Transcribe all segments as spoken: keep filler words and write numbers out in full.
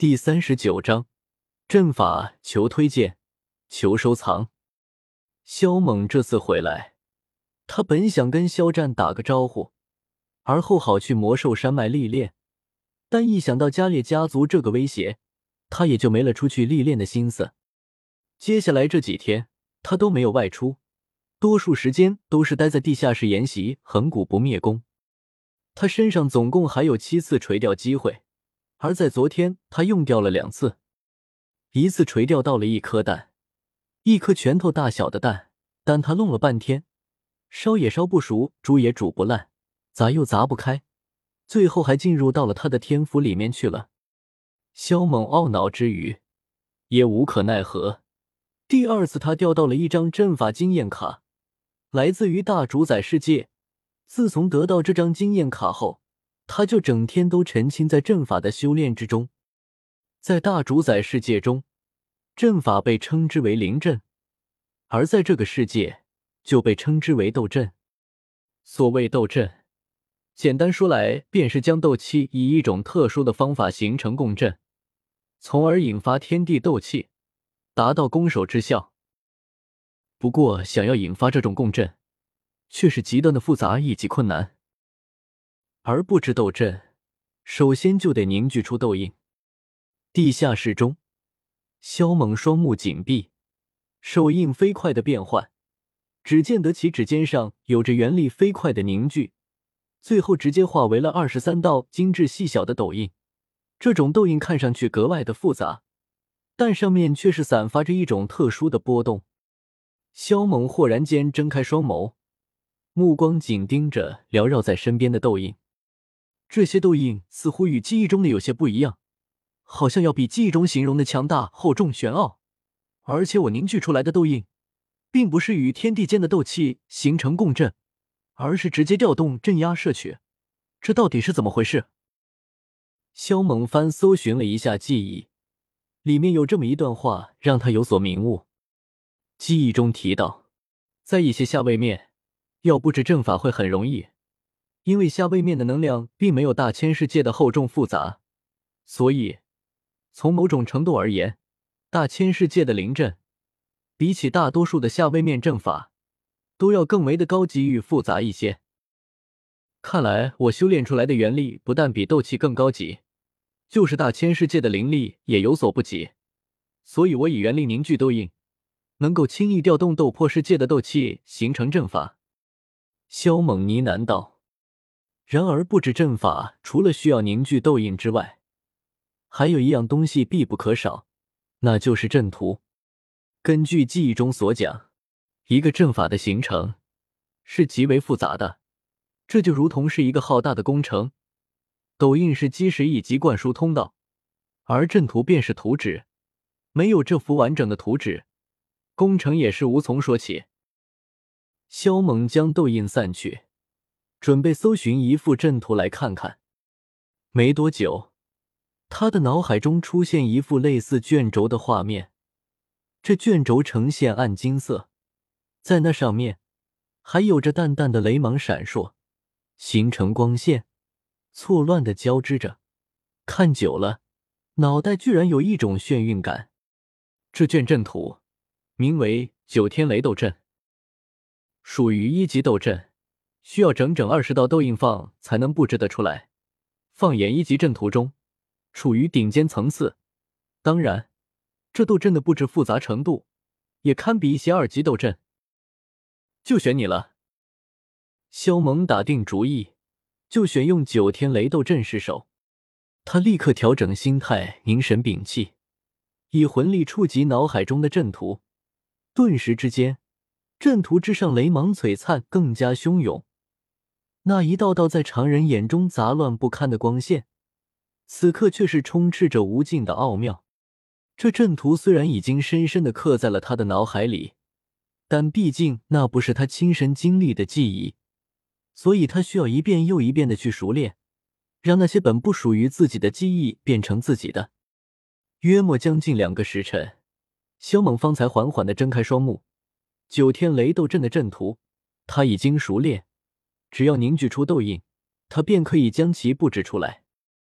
第三十九章阵法求推荐求收藏。萧猛这次回来，他本想跟萧战打个招呼，而后好去魔兽山脉历练，但一想到加列家族这个威胁，他也就没了出去历练的心思。接下来这几天他都没有外出，多数时间都是待在地下室研习恒古不灭功。他身上总共还有七次垂钓机会，而在昨天他用掉了两次，一次垂钓到了一颗蛋，一颗拳头大小的蛋，但他弄了半天，烧也烧不熟，煮也煮不烂，砸又砸不开，最后还进入到了他的天府里面去了。萧猛懊恼之余也无可奈何，第二次他钓到了一张阵法经验卡，来自于大主宰世界。自从得到这张经验卡后，他就整天都沉浸在阵法的修炼之中。在大主宰世界中，阵法被称之为灵阵，而在这个世界就被称之为斗阵。所谓斗阵，简单说来便是将斗气以一种特殊的方法形成共振，从而引发天地斗气，达到攻守之效。不过想要引发这种共振，却是极端的复杂以及困难。而布置斗阵，首先就得凝聚出斗印。地下室中，萧猛双目紧闭，手印飞快的变换，只见得其指尖上有着原力飞快的凝聚，最后直接化为了二十三道精致细小的斗印。这种斗印看上去格外的复杂，但上面却是散发着一种特殊的波动。萧猛豁然间睁开双眸，目光紧盯着缭绕在身边的斗印。这些斗印似乎与记忆中的有些不一样，好像要比记忆中形容的强大、厚重、玄奥。而且我凝聚出来的斗印，并不是与天地间的斗气形成共振，而是直接调动镇压摄取。这到底是怎么回事？萧猛翻搜寻了一下记忆，里面有这么一段话让他有所明悟。记忆中提到，在一些下位面要布置阵法会很容易，因为下位面的能量并没有大千世界的厚重复杂，所以从某种程度而言，大千世界的灵阵比起大多数的下位面阵法都要更为的高级与复杂一些。看来我修炼出来的元力不但比斗气更高级，就是大千世界的灵力也有所不及，所以我以元力凝聚斗印，能够轻易调动斗破世界的斗气形成阵法。萧猛呢喃道。然而布置阵法除了需要凝聚斗印之外，还有一样东西必不可少，那就是阵图。根据记忆中所讲，一个阵法的形成是极为复杂的，这就如同是一个浩大的工程。斗印是基石以及灌输通道，而阵图便是图纸，没有这幅完整的图纸，工程也是无从说起。萧猛将斗印散去，准备搜寻一幅阵图来看看。没多久，他的脑海中出现一幅类似卷轴的画面，这卷轴呈现暗金色，在那上面还有着淡淡的雷芒闪烁，形成光线，错乱地交织着，看久了，脑袋居然有一种眩晕感。这卷阵图名为九天雷斗阵，属于一级斗阵，需要整整二十道斗印放才能布置得出来，放眼一级阵图中处于顶尖层次。当然，这斗阵的布置复杂程度也堪比一些二级斗阵。就选你了。萧猛打定主意，就选用九天雷斗阵试手。他立刻调整心态，凝神屏气，以魂力触及脑海中的阵图，顿时之间，阵图之上雷芒璀璨，更加汹涌。那一道道在常人眼中杂乱不堪的光线，此刻却是充斥着无尽的奥妙。这阵图虽然已经深深地刻在了他的脑海里，但毕竟那不是他亲身经历的记忆，所以他需要一遍又一遍地去熟练，让那些本不属于自己的记忆变成自己的。约莫将近两个时辰，萧猛方才缓缓地睁开双目。九天雷斗阵的阵图他已经熟练，只要凝聚出斗印，他便可以将其布置出来。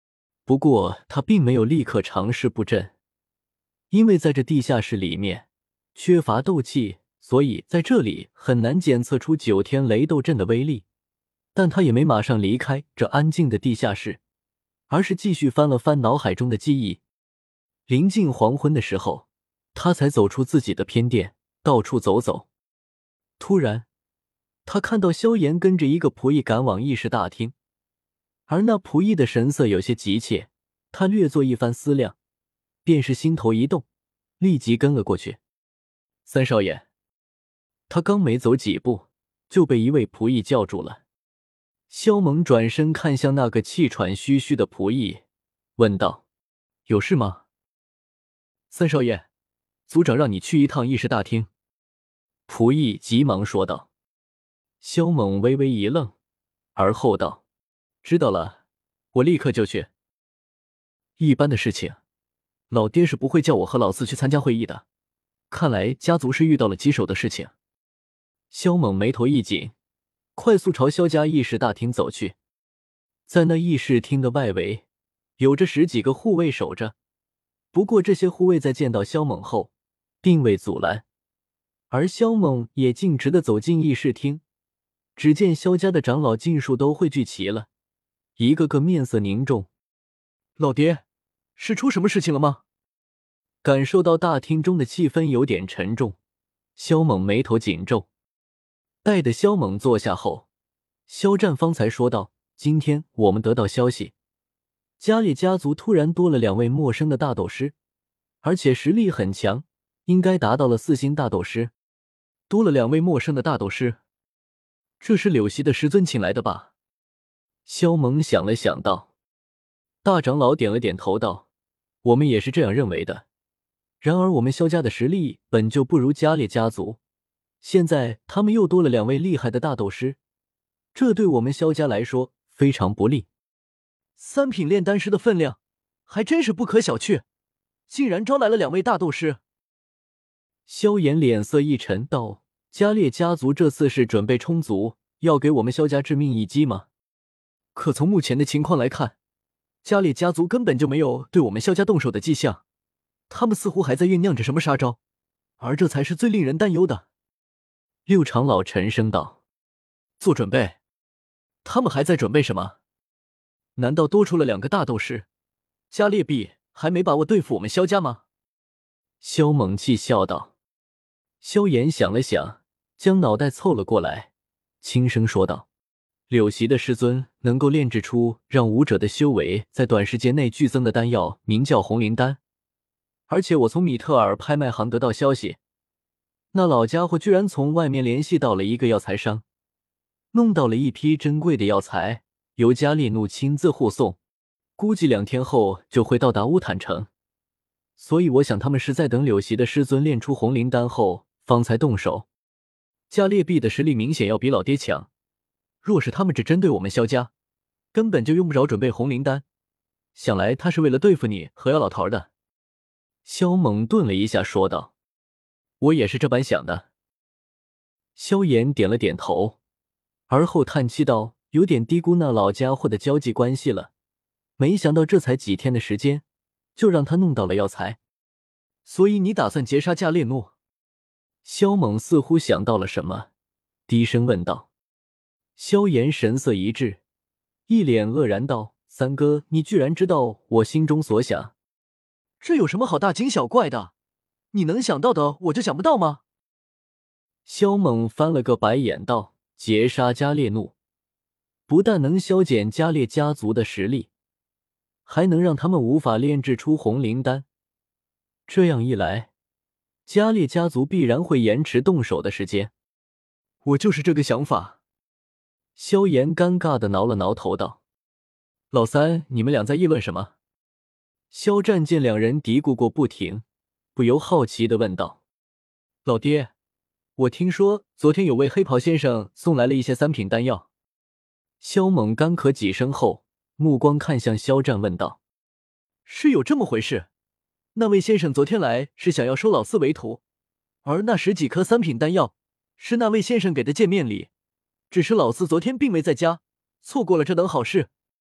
不过他并没有立刻尝试布阵，因为在这地下室里面缺乏斗气，所以在这里很难检测出九天雷斗阵的威力。但他也没马上离开这安静的地下室，而是继续翻了翻脑海中的记忆。临近黄昏的时候，他才走出自己的偏殿，到处走走。突然，他看到萧炎跟着一个仆役赶往议事大厅，而那仆役的神色有些急切。他略作一番思量，便是心头一动，立即跟了过去。三少爷，他刚没走几步，就被一位仆役叫住了。萧猛转身看向那个气喘吁吁的仆役，问道：“有事吗？”三少爷，族长让你去一趟议事大厅。仆役急忙说道。萧猛微微一愣，而后道：“知道了，我立刻就去。一般的事情，老爹是不会叫我和老四去参加会议的。看来家族是遇到了棘手的事情。”萧猛眉头一紧，快速朝萧家议事大厅走去。在那议事厅的外围，有着十几个护卫守着。不过这些护卫在见到萧猛后，并未阻拦，而萧猛也径直地走进议事厅。只见萧家的长老尽数都汇聚齐了，一个个面色凝重。老爹，是出什么事情了吗？感受到大厅中的气氛有点沉重，萧猛眉头紧皱。待得萧猛坐下后，萧战方才说道：“今天我们得到消息，加列家族突然多了两位陌生的大斗师，而且实力很强，应该达到了四星大斗师。多了两位陌生的大斗师，这是柳溪的师尊请来的吧？”萧猛想了想道。大长老点了点头道：“我们也是这样认为的。然而我们萧家的实力本就不如加列家族，现在他们又多了两位厉害的大斗师，这对我们萧家来说非常不利。三品炼丹师的分量还真是不可小觑，竟然招来了两位大斗师。”萧炎脸色一沉道：“加列家族这次是准备充足，要给我们萧家致命一击吗？可从目前的情况来看，加列家族根本就没有对我们萧家动手的迹象，他们似乎还在酝酿着什么杀招，而这才是最令人担忧的。”六长老沉声道：“做准备？他们还在准备什么？难道多出了两个大斗师？加列壁还没把握对付我们萧家吗？”萧猛气笑道。萧炎想了想，将脑袋凑了过来，轻声说道：“柳席的师尊能够炼制出让武者的修为在短时间内剧增的丹药，名叫红灵丹。而且我从米特尔拍卖行得到消息，那老家伙居然从外面联系到了一个药材商，弄到了一批珍贵的药材，由加列怒亲自护送，估计两天后就会到达乌坦城。所以我想他们是在等柳席的师尊炼出红灵丹后方才动手。加列壁的实力明显要比老爹强，若是他们只针对我们萧家，根本就用不着准备红灵丹，想来他是为了对付你和姚老头的。”萧猛顿了一下说道：“我也是这般想的。”萧炎点了点头，而后叹气道：“有点低估那老家伙的交际关系了，没想到这才几天的时间，就让他弄到了药材。所以你打算截杀加列诺？”萧猛似乎想到了什么，低声问道。萧炎神色一滞，一脸愕然道：“三哥，你居然知道我心中所想？这有什么好大惊小怪的？你能想到的我就想不到吗？”萧猛翻了个白眼道：“截杀加列怒，不但能消减加列家族的实力，还能让他们无法炼制出红灵丹。这样一来，加列家族必然会延迟动手的时间。”“我就是这个想法。”萧炎尴尬地挠了挠头道：“老三，你们俩在议论什么？”萧战见两人嘀咕过不停，不由好奇地问道：“老爹，我听说昨天有位黑袍先生送来了一些三品丹药。”萧猛干咳几声后，目光看向萧战问道：“是有这么回事？那位先生昨天来是想要收老四为徒，而那十几颗三品丹药是那位先生给的见面礼，只是老四昨天并未在家，错过了这等好事。”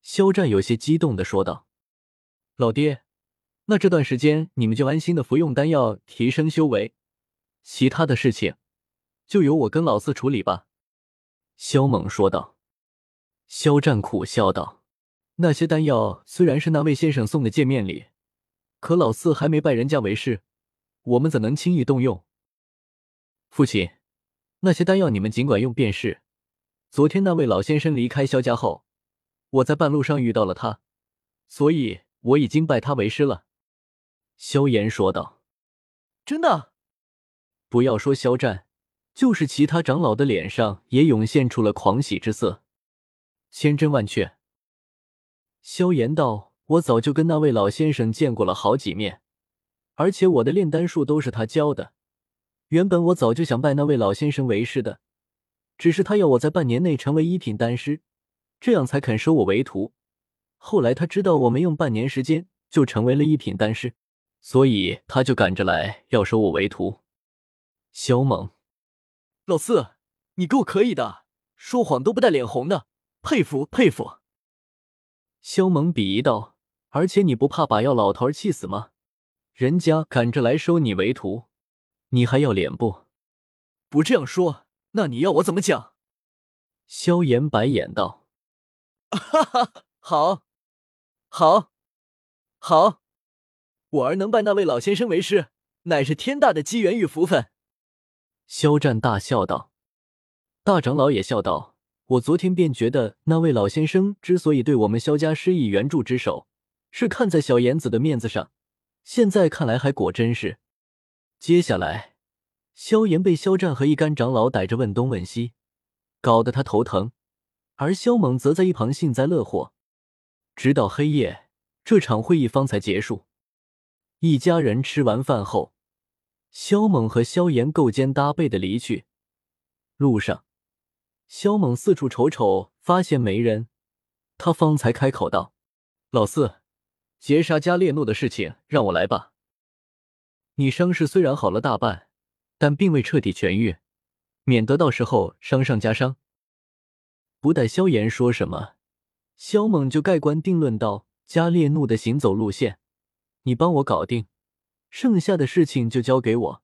肖战有些激动地说道：“老爹，那这段时间你们就安心的服用丹药，提升修为，其他的事情就由我跟老四处理吧。”萧猛说道。肖战苦笑道：“那些丹药虽然是那位先生送的见面礼，可老四还没拜人家为师，我们怎能轻易动用？父亲，那些丹药你们尽管用便是。昨天那位老先生离开萧家后，我在半路上遇到了他，所以我已经拜他为师了。”萧炎说道。真的？不要说肖战，就是其他长老的脸上也涌现出了狂喜之色。千真万确。萧炎道：“我早就跟那位老先生见过了好几面，而且我的炼丹术都是他教的。原本我早就想拜那位老先生为师的，只是他要我在半年内成为一品丹师，这样才肯收我为徒。后来他知道我没用半年时间就成为了一品丹师，所以他就赶着来要收我为徒。”萧猛：“老四，你够可以的，说谎都不带脸红的，佩服佩服。”萧猛鄙夷道：“而且你不怕把药老头气死吗？人家赶着来收你为徒，你还要脸不？”“不这样说，那你要我怎么讲？”萧炎白眼道。哈哈，好，好，好，我儿能拜那位老先生为师，乃是天大的机缘与福分。肖战大笑道。大长老也笑道：“我昨天便觉得那位老先生之所以对我们萧家施以援助之手，是看在小炎子的面子上，现在看来还果真是。”接下来，萧炎被肖战和一干长老逮着问东问西，搞得他头疼，而萧猛则在一旁幸灾乐祸。直到黑夜，这场会议方才结束。一家人吃完饭后，萧猛和萧炎勾肩搭背的离去。路上，萧猛四处瞅瞅，发现没人，他方才开口道：“老四，劫杀加列诺的事情让我来吧。你伤势虽然好了大半，但并未彻底痊愈，免得到时候伤上加伤。”不待萧炎说什么，萧猛就盖棺定论道：“加列怒的行走路线，你帮我搞定，剩下的事情就交给我。